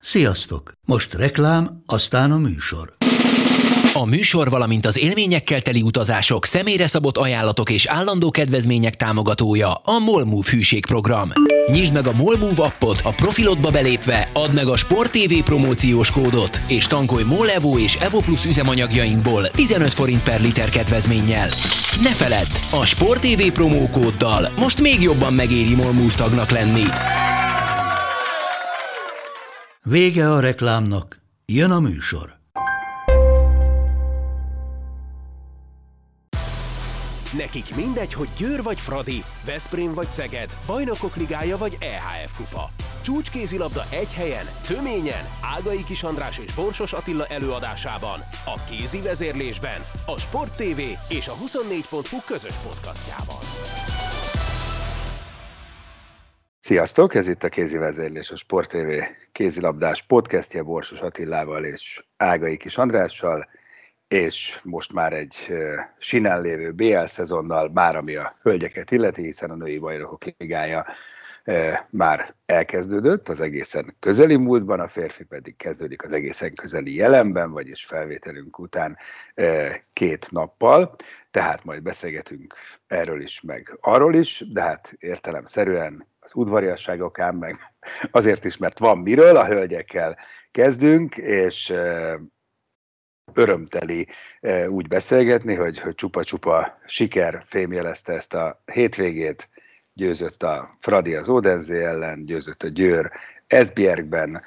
Sziasztok! Most reklám, aztán a műsor. A műsor, valamint az élményekkel teli utazások, személyre szabott ajánlatok és állandó kedvezmények támogatója a MOL Move hűségprogram. Nyisd meg a MOL Move appot, a profilodba belépve, add meg a Sport TV promóciós kódot, és tankolj MOL Evo és Evo Plus üzemanyagjainkból 15 forint per liter kedvezménnyel. Ne feledd, a Sport TV promókóddal most még jobban megéri MOL Move tagnak lenni. Vége a reklámnak, jön a műsor. Nekik mindegy, hogy Győr vagy Fradi, Veszprém vagy Szeged, Bajnokok Ligája vagy EHF Kupa. Csúcskézilabda egy helyen, töményen, Ágai Kis András és Borsos Attila előadásában, a kézi vezérlésben, a Sport TV és a 24.hu közös podcastjában. Sziasztok, ez itt a Kézi Vezérlés, a Sport TV kézilabdás podcastje Borsos Attilával és Ágai Kis Andrással, és most már egy sinen lévő BL szezonnal, már ami a hölgyeket illeti, hiszen a női bajnokok ligája már elkezdődött az egészen közeli múltban, a férfi pedig kezdődik az egészen közeli jelenben, vagyis felvételünk után 2 nappal, tehát majd beszélgetünk erről is, meg arról is, de hát értelemszerűen az udvariasságokán, meg azért is, mert van miről, a hölgyekkel kezdünk, és örömteli úgy beszélgetni, hogy csupa-csupa siker fémjelezte ezt a hétvégét, győzött a Fradi az Odense ellen, győzött a Győr Esbjergben,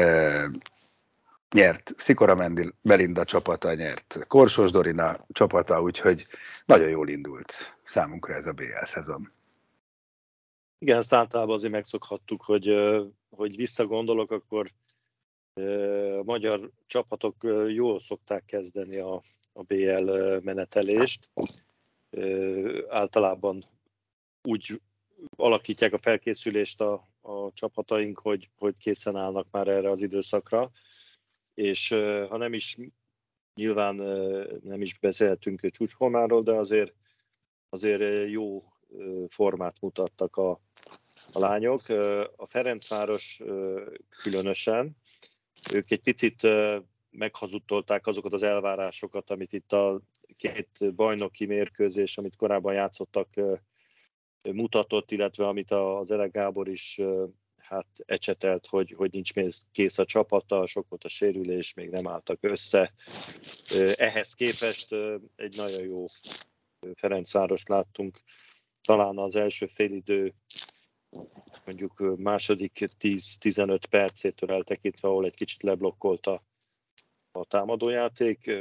nyert Szikora Melinda csapata, nyert Korsos Dorina csapata, úgyhogy nagyon jól indult számunkra ez a BL szezon. Igen, ezt általában azért megszokhattuk, hogy visszagondolok, akkor a magyar csapatok jól szokták kezdeni a BL menetelést. Általában úgy alakítják a felkészülést a csapataink, hogy készen állnak már erre az időszakra. És ha nem is, nyilván nem is beszélhetünk csúcsformáról, de azért jó formát mutattak a lányok. A Ferencváros különösen, ők egy picit meghazudtolták azokat az elvárásokat, amit itt a 2 bajnoki mérkőzés, amit korábban játszottak, mutatott, illetve amit az Ele Gábor is ecsetelt, hogy nincs még kész a csapata, sok volt a sérülés, még nem álltak össze. Ehhez képest egy nagyon jó Ferencvárost láttunk, talán az első félidő, mondjuk második 10-15 percétől eltekintve, ahol egy kicsit leblokkolta a támadójáték,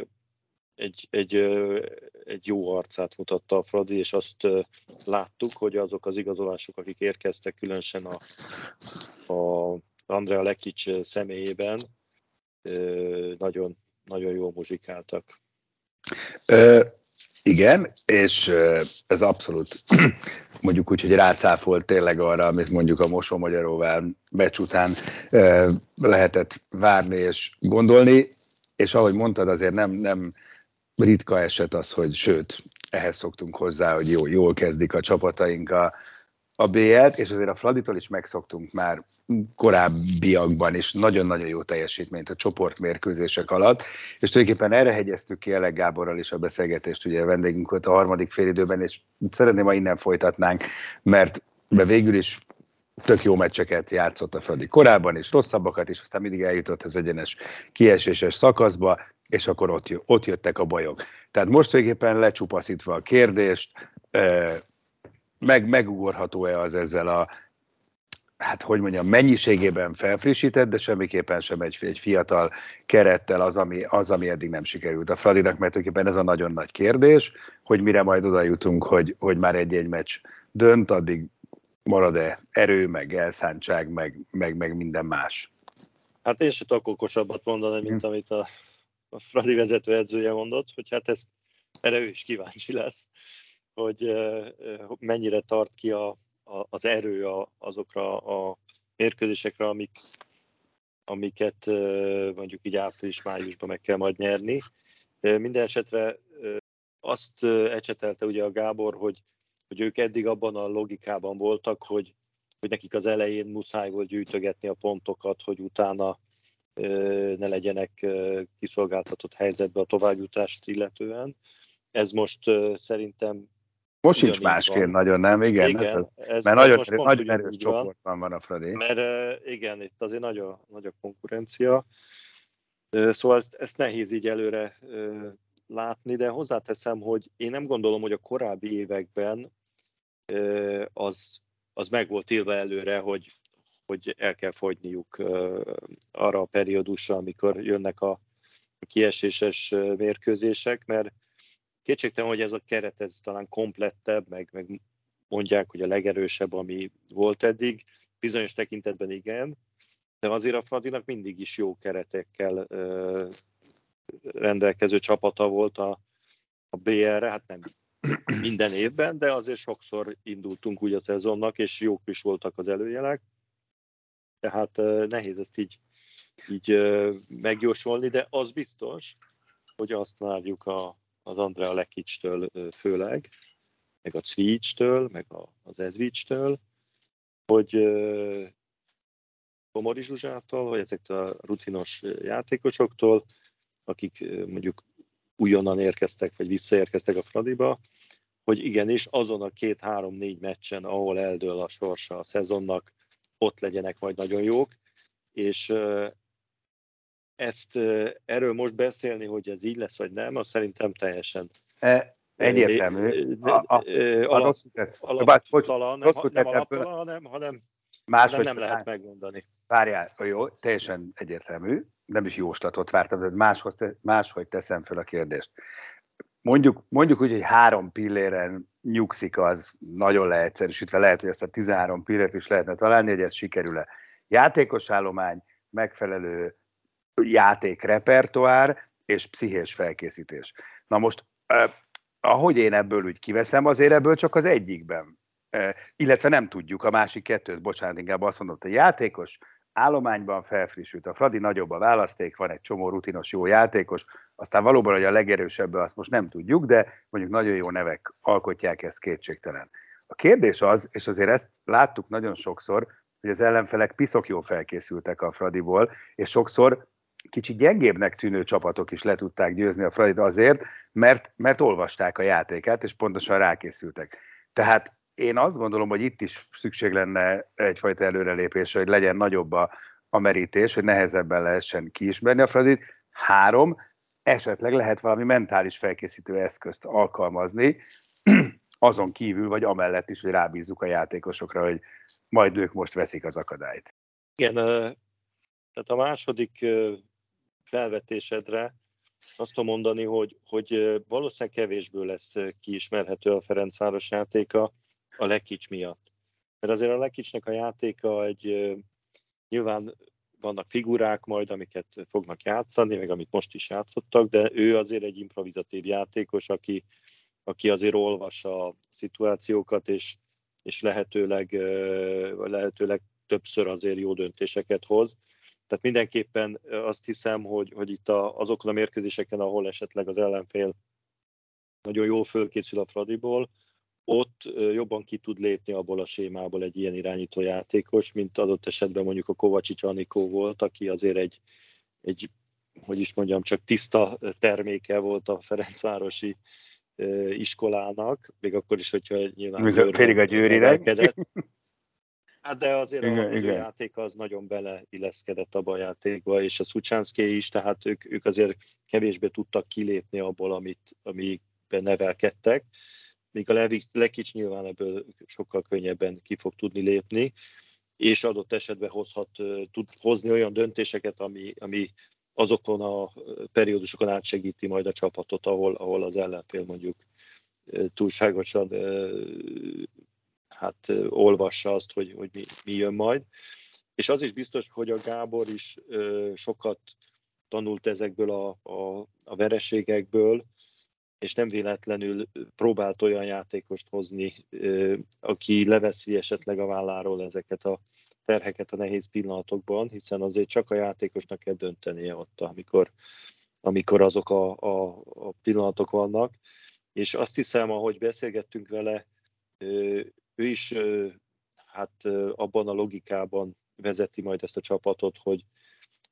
egy jó arcát mutatta a Fradi, és azt láttuk, hogy azok az igazolások, akik érkeztek, különösen a Andrea Lekic személyében, nagyon, nagyon jól muzsikáltak. Igen, és ez abszolút mondjuk úgy, hogy rácáfolt tényleg arra, amit mondjuk a Mosó-Magyaróvár meccs után lehetett várni és gondolni, és ahogy mondtad, azért nem ritka eset az, hogy sőt, ehhez szoktunk hozzá, hogy jól kezdik a csapataink a BL-t, és azért a Fraditól is megszoktunk már korábbiakban is nagyon-nagyon jó teljesítményt a csoportmérkőzések alatt, és tulajdonképpen erre hegyeztük ki Elek Gáborral is a beszélgetést, ugye a vendégünk volt a harmadik félidőben, és szeretném, ha innen folytatnánk, mert végül is tök jó meccseket játszott a Fradi korábban is, rosszabbakat is, aztán mindig eljutott az egyenes kieséses szakaszba, és akkor ott jöttek a bajok. Tehát most tulajdonképpen lecsupaszítva a kérdést, megugorható-e az ezzel a, mennyiségében felfrissített, de semmiképpen sem egy fiatal kerettel az, ami eddig nem sikerült a Fradinak, mert tulajdonképpen ez a nagyon nagy kérdés, hogy mire majd oda jutunk, hogy már egy meccs dönt, addig marad-e erő, meg elszántság, meg minden más. Hát én se tudok okosabbat mondani, mint amit a Fradi vezetőedzője mondott, hogy hát erre ő is kíváncsi lesz, hogy mennyire tart ki az erő azokra a mérkőzésekre, amiket mondjuk így április-májusban meg kell majd nyerni. Minden esetre azt ecsetelte ugye a Gábor, hogy ők eddig abban a logikában voltak, hogy nekik az elején muszáj volt gyűjtögetni a pontokat, hogy utána ne legyenek kiszolgáltatott helyzetbe a továbbjutást illetően. Ez most szerintem most sincs másként nagyon, nem? Igen, ez mert nagyon, most nagyon erős csoportban van a Fradi. Mert igen, itt azért nagy a konkurencia. Szóval ezt nehéz így előre látni, de hozzáteszem, hogy én nem gondolom, hogy a korábbi években az meg volt írva előre, hogy el kell fogyniuk arra a periódusra, amikor jönnek a kieséses mérkőzések, mert kétségtelen, hogy ez a keret ez talán komplettebb, meg mondják, hogy a legerősebb, ami volt eddig. Bizonyos tekintetben igen, de azért a Fradinak mindig is jó keretekkel rendelkező csapata volt a BL-re, hát nem minden évben, de azért sokszor indultunk úgy a szezonnak, és jók is voltak az előjelek. Tehát nehéz ezt így megjósolni, de az biztos, hogy azt várjuk az Andrea Lekicstől főleg, meg a Cvicstől, meg az Edvicstől, hogy Komori Zsuzsától, vagy ezektől a rutinos játékosoktól, akik mondjuk újonnan érkeztek, vagy visszaérkeztek a Fradiba, hogy igenis azon a 2-3-4 meccsen, ahol eldől a sorsa a szezonnak, ott legyenek majd nagyon jók, és erről most beszélni, hogy ez így lesz, vagy nem, az szerintem teljesen egyértelmű. hanem máshogy nem lehet megmondani. Várjál, jó, teljesen egyértelmű, nem is jóslatot vártam, de máshogy teszem fel a kérdést. Mondjuk úgy, hogy 3 pilléren nyugszik, az nagyon leegyszerűsítve, lehet, hogy ezt a 13 pillért is lehetne találni, hogy ez sikerül-e. Játékosállomány, megfelelő játékrepertoár és pszichés felkészítés. Na most, ahogy én ebből úgy kiveszem, azért ebből csak az egyikben. Illetve nem tudjuk a másik kettőt, bocsánat, inkább azt mondom, hogy a játékos állományban felfrissült. A Fradi nagyobb a választék, van egy csomó rutinos jó játékos, aztán valóban, hogy a legerősebb, azt most nem tudjuk, de mondjuk nagyon jó nevek alkotják ezt, kétségtelen. A kérdés az, és azért ezt láttuk nagyon sokszor, hogy az ellenfelek piszok jól felkészültek a Fradiból, és sokszor kicsit gyengébbnek tűnő csapatok is le tudták győzni a Fradit azért, mert olvasták a játékát, és pontosan rákészültek. Tehát én azt gondolom, hogy itt is szükség lenne egyfajta előrelépésre, hogy legyen nagyobb a merítés, hogy nehezebben lehessen kiismerni a Fradit. 3, esetleg lehet valami mentális felkészítő eszközt alkalmazni, azon kívül, vagy amellett is, hogy rábízzuk a játékosokra, hogy majd ők most veszik az akadályt. Igen, tehát a második felvetésedre azt tudom mondani, hogy valószínűleg kevésből lesz kiismerhető a Ferencváros játéka a Lekics miatt. Mert azért a Lekicsnek a játéka nyilván vannak figurák majd, amiket fognak játszani, meg amit most is játszottak, de ő azért egy improvizatív játékos, aki azért olvassa a szituációkat, és lehetőleg többször azért jó döntéseket hoz. Tehát mindenképpen azt hiszem, hogy itt azokon a mérkőzéseken, ahol esetleg az ellenfél nagyon jól fölkészül a Fradiból, ott jobban ki tud lépni abból a sémából egy ilyen irányító játékos, mint adott esetben mondjuk a Kovácsics Anikó volt, aki azért egy hogy is mondjam, csak tiszta terméke volt a ferencvárosi iskolának, még akkor is, hogyha nyilván félig a Győrire. Hát de azért az ő játéka az nagyon beleilleszkedett abba a játékba, és a Szucsánszké is, tehát ők azért kevésbé tudtak kilépni abból, amiben nevelkedtek, míg a Lekics nyilván ebből sokkal könnyebben ki fog tudni lépni, és adott esetben tud hozni olyan döntéseket, ami azokon a periódusokon átsegíti majd a csapatot, ahol az ellenfél mondjuk túlságosan olvassa azt, hogy mi jön majd. És az is biztos, hogy a Gábor is sokat tanult ezekből a vereségekből, és nem véletlenül próbált olyan játékost hozni, aki leveszi esetleg a válláról ezeket a terheket a nehéz pillanatokban, hiszen azért csak a játékosnak kell döntenie ott, amikor azok a pillanatok vannak. És azt hiszem, ahogy beszélgettünk vele, ő is abban a logikában vezeti majd ezt a csapatot,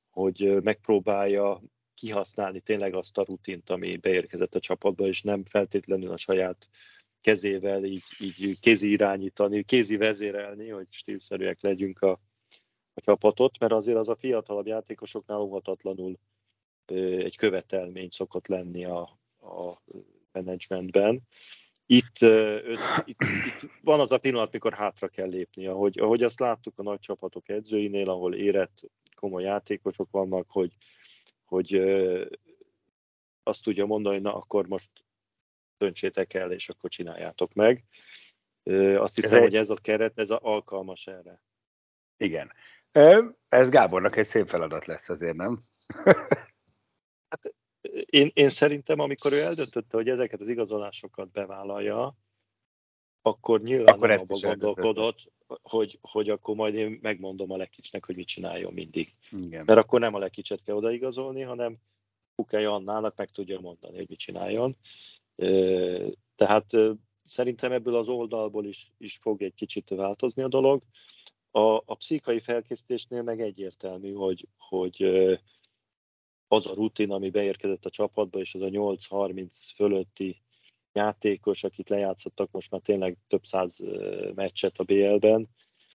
hogy megpróbálja kihasználni tényleg azt a rutint, ami beérkezett a csapatba, és nem feltétlenül a saját kezével így kézi irányítani, kézi vezérelni, hogy stílszerűek legyünk a csapatot, mert azért az a fiatalabb játékosoknál óhatatlanul egy követelmény szokott lenni a menedzsmentben. Itt van az a pillanat, mikor hátra kell lépni, ahogy azt láttuk a nagy csapatok edzőinél, ahol érett komoly játékosok vannak, hogy azt tudja mondani, hogy na akkor most döntsétek el, és akkor csináljátok meg. Azt hiszem, hogy ez a keret, ez alkalmas erre. Igen. Ez Gábornak egy szép feladat lesz azért, nem? Hát, én szerintem, amikor ő eldöntötte, hogy ezeket az igazolásokat bevállalja, akkor nyilván akkor nem abban gondolkodott, hogy akkor majd én megmondom a Lekicsnek, hogy mit csináljon mindig. Igen. Mert akkor nem a Lekicset kell odaigazolni, hanem Kukei Annának meg tudja mondani, hogy mit csináljon. Tehát szerintem ebből az oldalból is fog egy kicsit változni a dolog. A pszichai felkészítésnél meg egyértelmű, hogy az a rutin, ami beérkezett a csapatba, és az a 8-30 fölötti játékos, akit lejátszottak most már tényleg több száz meccset a BL-ben,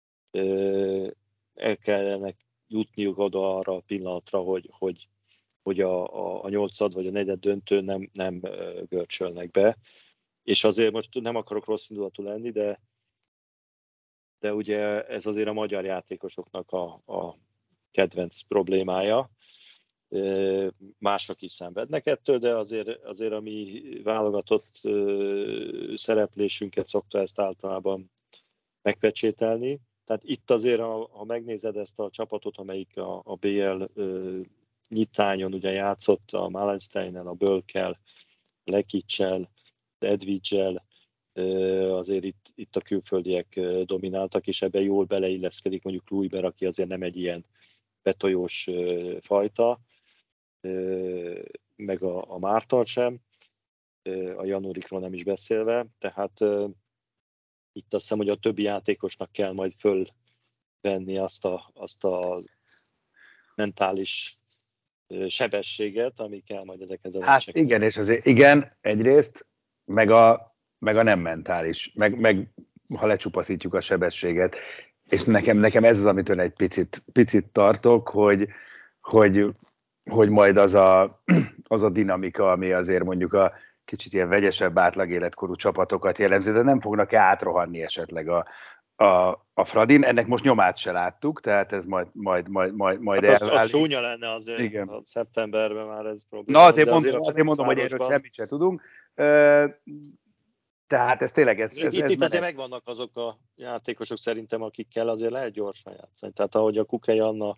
el kellene jutniuk oda arra a pillanatra, hogy a 8. vagy a 4. döntő nem görcsölnek be. És azért most nem akarok rossz indulatú lenni, de ugye ez azért a magyar játékosoknak a kedvenc problémája. Mások is szenvednek ettől, de azért a mi válogatott szereplésünket szokta ezt általában megpecsételni. Tehát itt azért, ha megnézed ezt a csapatot, amelyik a BL nyitányon ugye játszott, a Malensteinen, a Bölkel, a Lekicsel, Edvidzsel, azért itt a külföldiek domináltak, és ebben jól beleilleszkedik mondjuk Lujber, aki azért nem egy ilyen betojós fajta, meg a Márton sem, a Janurikról nem is beszélve, tehát itt azt hiszem, hogy a többi játékosnak kell majd fölvenni azt a mentális sebességet, ami kell majd ezekhez a meccseket. Hát igen, és azért igen, egyrészt, meg a nem mentális, meg ha lecsupaszítjuk a sebességet, és nekem ez az, amitől egy picit tartok, hogy majd az a dinamika, ami azért mondjuk a kicsit ilyen vegyesebb átlagéletkorú csapatokat jellemzi, de nem fognak átrohanni esetleg a Fradin. Ennek most nyomát se láttuk, tehát ez majd hát az csúnya lenne azért, igen. A szeptemberben már ez probléma. Na azért mondom, hogy erről semmit se tudunk. Tehát ez tényleg... Itt azért megvannak azok a játékosok szerintem, akikkel azért lehet gyorsan játszani. Tehát ahogy a Kukei Anna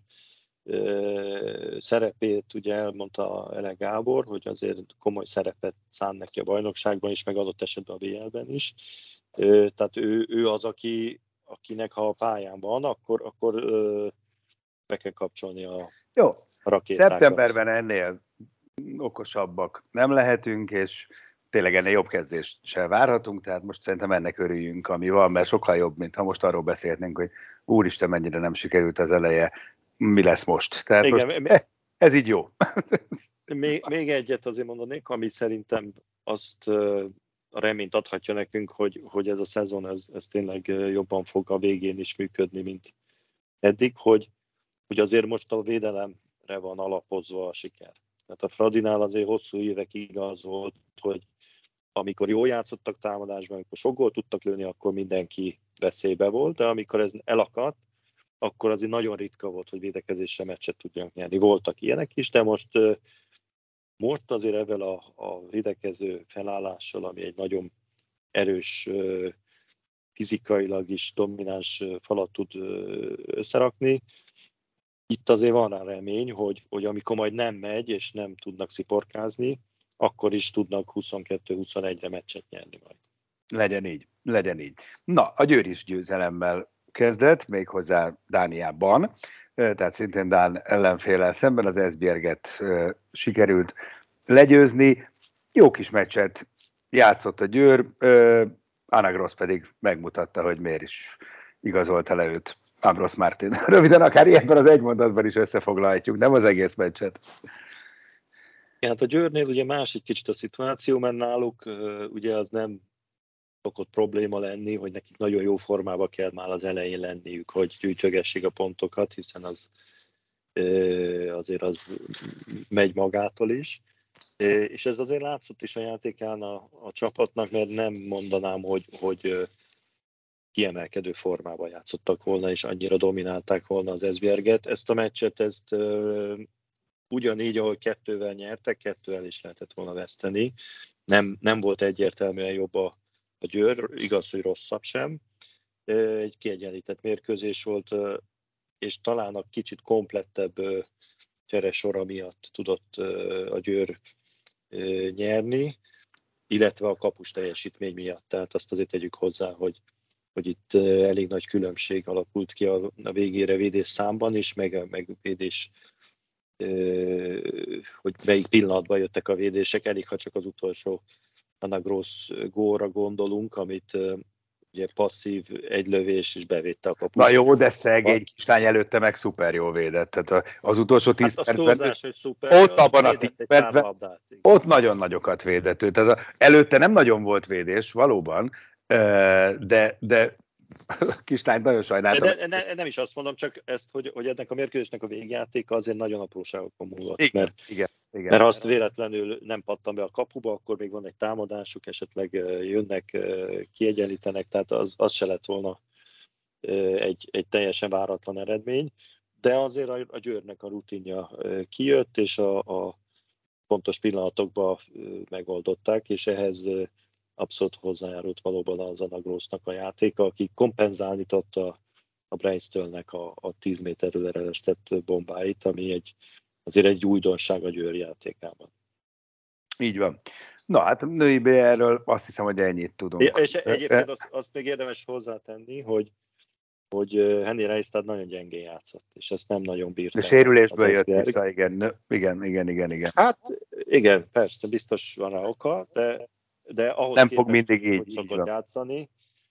szerepét ugye elmondta Ele Gábor, hogy azért komoly szerepet szán neki a bajnokságban is, meg adott esetben a BL-ben is. Tehát ő az, akinek ha a pályán van, akkor be kell kapcsolni a rakétákat. Szeptemberben ennél okosabbak nem lehetünk, és tényleg ennél jobb kezdést sem várhatunk, tehát most szerintem ennek örüljünk, ami van, mert sokkal jobb, mint ha most arról beszélhetnénk, hogy úristen, mennyire nem sikerült az eleje, mi lesz most. Tehát igen, most ez így jó. Még egyet azért mondanék, ami szerintem azt a reményt adhatja nekünk, hogy ez a szezon ez tényleg jobban fog a végén is működni, mint eddig, hogy azért most a védelemre van alapozva a siker. Tehát a Fradinál azért hosszú évekig az volt, hogy amikor jól játszottak támadásban, amikor sok gólt tudtak lőni, akkor mindenki veszélybe volt, de amikor ez elakadt, akkor azért nagyon ritka volt, hogy védekezéssel meccset tudjanak nyerni. Voltak ilyenek is, de most azért ezzel a védekező felállással, ami egy nagyon erős, fizikailag is domináns falat tud összerakni, itt azért van rá remény, hogy amikor majd nem megy, és nem tudnak sziporkázni, akkor is tudnak 22-21-re meccset nyerni majd. Legyen így. Na, a Győr is győzelemmel kezdett, méghozzá Dániában, tehát szintén dán ellenféllel szemben az Esbjerget sikerült legyőzni. Jó kis meccset játszott a Győr, Anna Gross pedig megmutatta, hogy miért is igazolta le őt Ambros Martin. Röviden akár ilyenben az egy mondatban is összefoglalhatjuk, nem az egész meccset. Hát a Győrnél ugye más egy kicsit a szituáció, mert náluk ugye az nem szokott probléma lenni, hogy nekik nagyon jó formában kell már az elején lenniük, hogy gyűjtögessék a pontokat, hiszen az azért az megy magától is. És ez azért látszott is a játékán a csapatnak, mert nem mondanám, hogy kiemelkedő formában játszottak volna, és annyira dominálták volna az Esbjerget. Ezt a meccset, ugyanígy, ahogy 2-vel nyertek, 2-vel is lehetett volna veszteni. Nem volt egyértelműen jobb a Győr, igaz, hogy rosszabb sem. Egy kiegyenlített mérkőzés volt, és talán a kicsit komplettebb cseresora miatt tudott a Győr nyerni, illetve a kapus teljesítmény miatt. Tehát azt azért tegyük hozzá, hogy itt elég nagy különbség alakult ki a végére védés számban is, meg védés, hogy melyik pillanatban jöttek a védések. Elég, ha csak az utolsó Anna Gross gólra gondolunk, amit ugye passzív, egy lövés, és bevédte a kapust. Na jó, de szegény kislány előtte meg szuper jól védett. Tehát az utolsó 10 percben, ott abban a 10 percben, ott nagyon nagyokat védett. Tehát előtte nem nagyon volt védés, valóban, de kislány nagyon sajnáltam. Nem is azt mondom, csak ezt, hogy ennek a mérkőzésnek a végjátéka azért nagyon apróságokon múlott. Igen. Mert azt véletlenül nem pattan be a kapuba, akkor még van egy támadásuk, esetleg jönnek, kiegyenlítenek, tehát az se lett volna egy teljesen váratlan eredmény. De azért a Győrnek a rutinja kijött, és a fontos pillanatokban megoldották, és ehhez abszolút hozzájárult valóban az Anna Grossnak a játéka, aki kompenzálni tudta a Breinstölnek a 10 méterről eresztett bombáit, ami azért egy újdonság a Győr játékában. Így van. Na hát a női BL-ről azt hiszem, hogy ennyit tudunk. És egyébként azt még érdemes hozzátenni, hogy Henny Reistad nagyon gyengén játszott, és ezt nem nagyon bírta. De sérülésből jött vissza, igen. Hát igen, persze, biztos van rá oka, de ahhoz nem képest, fog mindig így szokott játszani,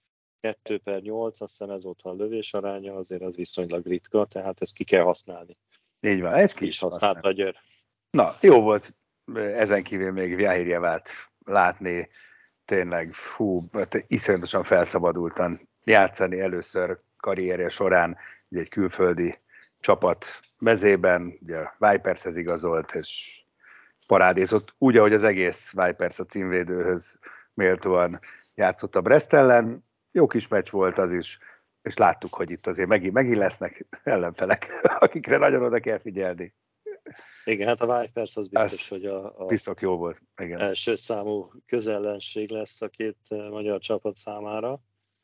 2/8, azt hiszem ez ott van lövés aránya, azért az viszonylag ritka, tehát ezt ki kell használni. Így van, ez ki is használta a Győr. Na, jó volt ezen kívül még Viahirjevát látni, tényleg, iszonyatosan felszabadultan játszani először karrierje során egy külföldi csapat mezében, ugye a Vipershez igazolt, és parádézott, úgy, ahogy az egész Vipers a címvédőhöz méltóan játszott a Brest ellen. Jó kis meccs volt az is, és láttuk, hogy itt azért megint lesznek ellenfelek, akikre nagyon oda kell figyelni. Igen, hát a Vipers az biztos, hogy a biztos jó volt. Igen. Első számú közellenség lesz a két magyar csapat számára,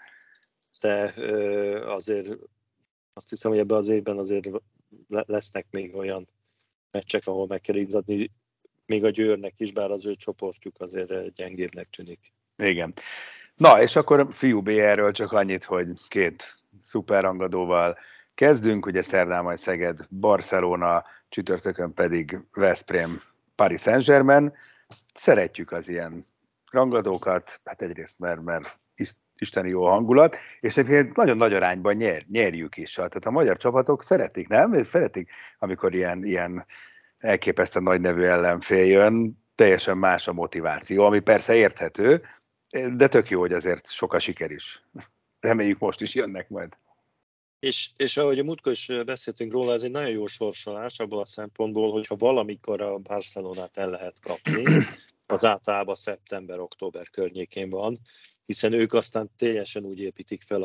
de azért azt hiszem, hogy ebben az évben azért lesznek még olyan meccsek, ahol meg kell izzadni, még a Győrnek is, bár az ő csoportjuk azért gyengébbnek tűnik. Igen. Na, és akkor fiú BL-ről csak annyit, hogy két szuperrangadóval kezdünk, ugye szerdán majd Szeged, Barcelona, csütörtökön pedig Veszprém, Paris Saint-Germain. Szeretjük az ilyen rangadókat, hát egyrészt mert isteni jó hangulat, és egyébként nagyon nagy arányban nyerjük is. Tehát a magyar csapatok szeretik, nem? Szeretik, amikor ilyen elképesztően nagy nevű ellenfél jön, teljesen más a motiváció, ami persze érthető, de tök jó, hogy azért sok a siker is. Reméljük most is jönnek majd. És ahogy a múltkor is beszéltünk róla, ez egy nagyon jó sorsolás abból a szempontból, hogyha valamikor a Barcelonát el lehet kapni, az általában szeptember-október környékén van, hiszen ők aztán teljesen úgy építik fel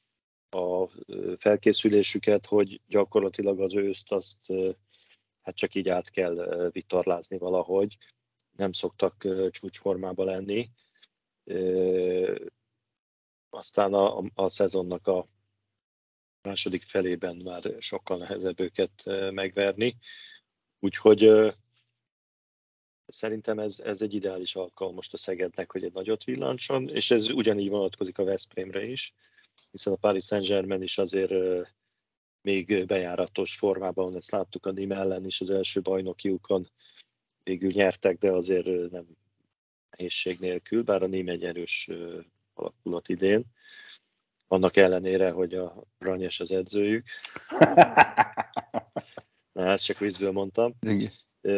a felkészülésüket, hogy gyakorlatilag az őszt azt hát csak így át kell vitorlázni valahogy. Nem szoktak csúcsformában lenni. Aztán a szezonnak a második felében már sokkal nehezebb őket megverni. Úgyhogy szerintem ez egy ideális alkalom most a Szegednek, hogy egy nagyot villancson, és ez ugyanígy vonatkozik a Veszprémre is, hiszen a Paris Saint-Germain is azért még bejáratos formában, ezt láttuk a Nîmes ellen is az első bajnokiukon, végül nyertek, de azért nem nehézség nélkül, bár a Nîmes egy erős alakulat idén. annak ellenére, hogy a Ranyes az edzőjük. Na, ezt csak viccből mondtam. Igen.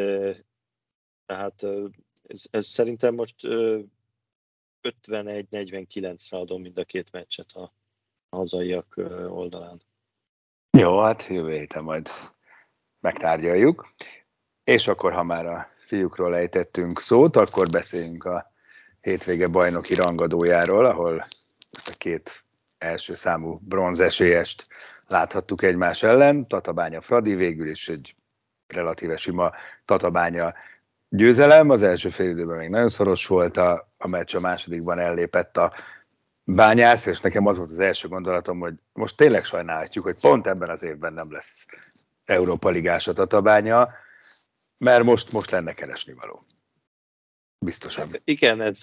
Tehát ez szerintem most 51-49-re adom mind a két meccset a hazaiak oldalán. Jó, hát jövő héten majd megtárgyaljuk. És akkor, ha már a fiúkról ejtettünk szót, akkor beszéljünk a hétvége bajnoki rangadójáról, ahol a két első számú bronzesélyest láthattuk egymás ellen. Tatabánya Fradi, végül is egy relatíve sima Tatabánya győzelem. Az első félidőben még nagyon szoros volt a meccs, a másodikban ellépett a Bányász, és nekem az volt az első gondolatom, hogy most tényleg sajnálhatjuk, hogy pont ebben az évben nem lesz Európa Ligás a Tatabánya, mert most lenne keresnivaló. Biztosan. Hát igen, ez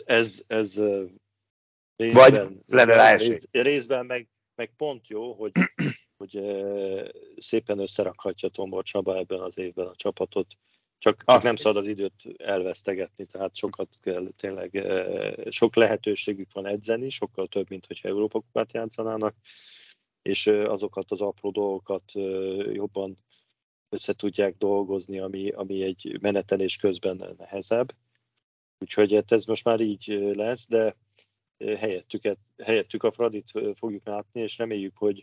részben, vagy lenne rá esély. Részben meg pont jó, hogy szépen összerakhatja Tombor Csaba ebben az évben a csapatot. Csak nem szabad az időt elvesztegetni, tehát sokat kell, tényleg sok lehetőségük van edzeni, sokkal több, mint hogyha Európa kupát játszanának, és azokat az apró dolgokat jobban össze tudják dolgozni, ami egy menetelés közben nehezebb. Úgyhogy ez most már így lesz, de helyettük a Fradit fogjuk látni, és reméljük, hogy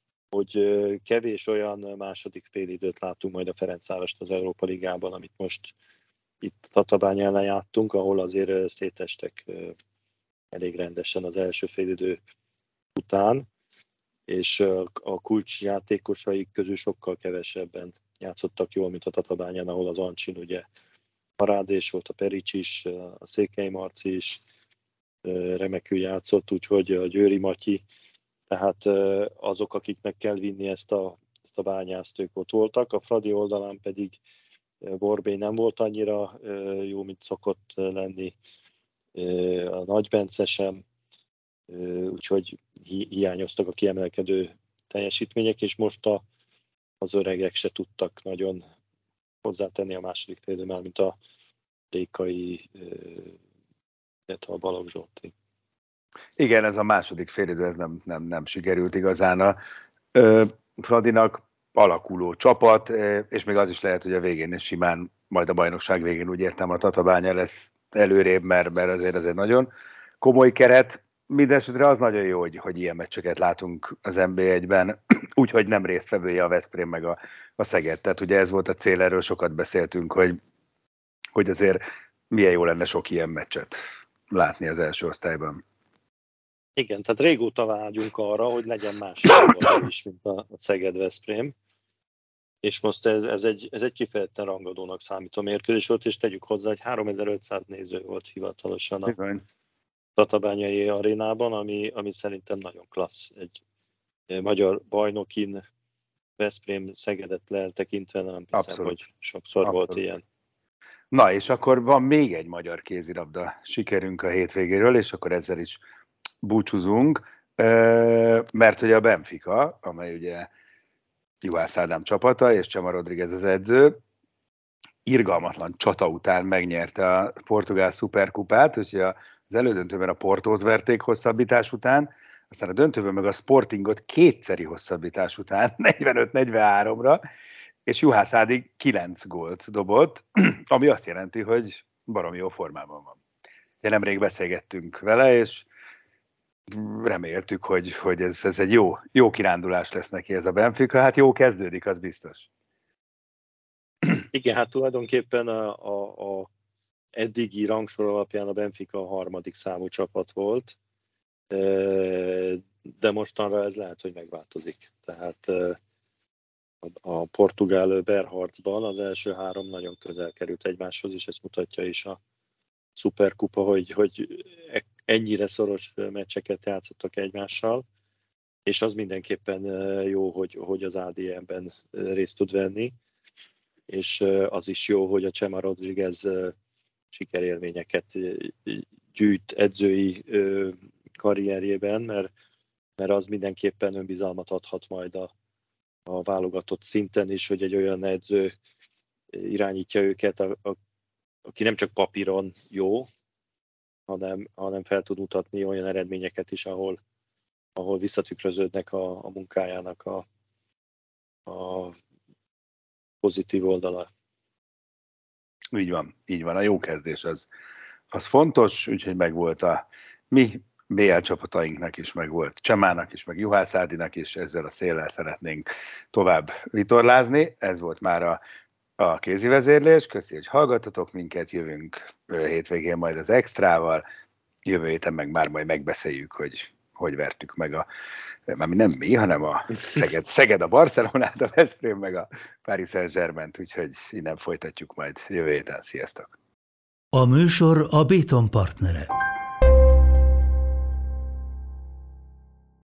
kevés olyan második félidőt látunk majd a Ferencvárost az Európa Ligában, amit most itt Tatabánya ellen játtunk, ahol azért szétestek elég rendesen az első félidő után, és a kulcsjátékosaik közül sokkal kevesebben játszottak jól, mint a Tatabányán, ahol az Ancsin ugye parádés volt, a Perics is, a Székely Marci is remekül játszott, úgyhogy a Győri Matyi, tehát azok, akiknek kell vinni ezt a Bányászt, ők ott voltak. A Fradi oldalán pedig Borbély nem volt annyira jó, mint szokott lenni, a Nagy Bence sem, úgyhogy hiányoztak a kiemelkedő teljesítmények, és most az öregek se tudtak nagyon hozzátenni a második félidőben, mint a Rékai, illetve a Balogh Zsolti. Igen, ez a második félidő, ez nem sikerült igazán a Fradinak, alakuló csapat, és még az is lehet, hogy a végén is simán, majd a bajnokság végén úgy értem, a Tatabánya lesz előrébb, mert azért ez egy nagyon komoly keret. Mindenesetre az nagyon jó, hogy ilyen meccseket látunk az NB1-ben, úgyhogy nem résztvevője a Veszprém meg a Szeged. Tehát ugye ez volt a cél, erről sokat beszéltünk, hogy azért milyen jó lenne sok ilyen meccset látni az első osztályban. Igen, tehát régóta vágyunk arra, hogy legyen más is, mint a Szeged-Veszprém. És most ez egy kifejezetten rangadónak számító mérkőzés volt, és tegyük hozzá, hogy 3500 néző volt hivatalosan a Tatabányai arénában, ami szerintem nagyon klassz. Egy magyar bajnokin Veszprém Szegedet leeltekintve, nem hiszem, hogy sokszor volt ilyen. Na, és akkor van még egy magyar kézilabda sikerünk a hétvégéről, és akkor ezzel is búcsúzunk, mert ugye a Benfica, amely ugye Juhász Ádám csapata, és Csema Rodriguez az edző, irgalmatlan csata után megnyerte a portugál szuperkupát, úgyhogy az elődöntőben a Portót verték hosszabbítás után, aztán a döntőben meg a Sportingot kétszeri hosszabbítás után, 45-43-ra, és Juhász Ádi 9 gólt dobott, ami azt jelenti, hogy baromi jó formában van. Ugye nemrég beszélgettünk vele, és reméltük, hogy ez egy jó kirándulás lesz neki ez a Benfica. Hát jó kezdődik, az biztos. Igen, hát tulajdonképpen a eddigi rangsor alapján a Benfica a harmadik számú csapat volt, de mostanra ez lehet, hogy megváltozik. Tehát a portugál berharcban az első három nagyon közel került egymáshoz, és ezt mutatja is a szuperkupa, hogy ennyire szoros meccseket játszottak egymással, és az mindenképpen jó, hogy az Ádi ebben részt tud venni, és az is jó, hogy a Csema Rodriguez sikerélményeket gyűjt edzői karrierjében, mert az mindenképpen önbizalmat adhat majd a válogatott szinten is, hogy egy olyan edző irányítja őket, aki nem csak papíron jó, hanem fel tud mutatni olyan eredményeket is, ahol ahol visszatükröződnek a munkájának a pozitív oldala. Így van. A jó kezdés az fontos, úgyhogy megvolt a mi BL csapatainknak is, megvolt Csemának is, meg Juhász Ádinak is, ezzel a széllel szeretnénk tovább vitorlázni. Ez volt már a kézi vezérlés. Köszi, hogy hallgattatok minket, jövünk hétvégén majd az extrával, jövő héten meg már majd megbeszéljük, hogy vertük meg mármint nem mi, hanem a Szeged a Barcelonát, a Veszprém meg a Paris Saint-Germaint, úgyhogy innen folytatjuk majd jövő héten. Sziasztok! A műsor a Béton partnere.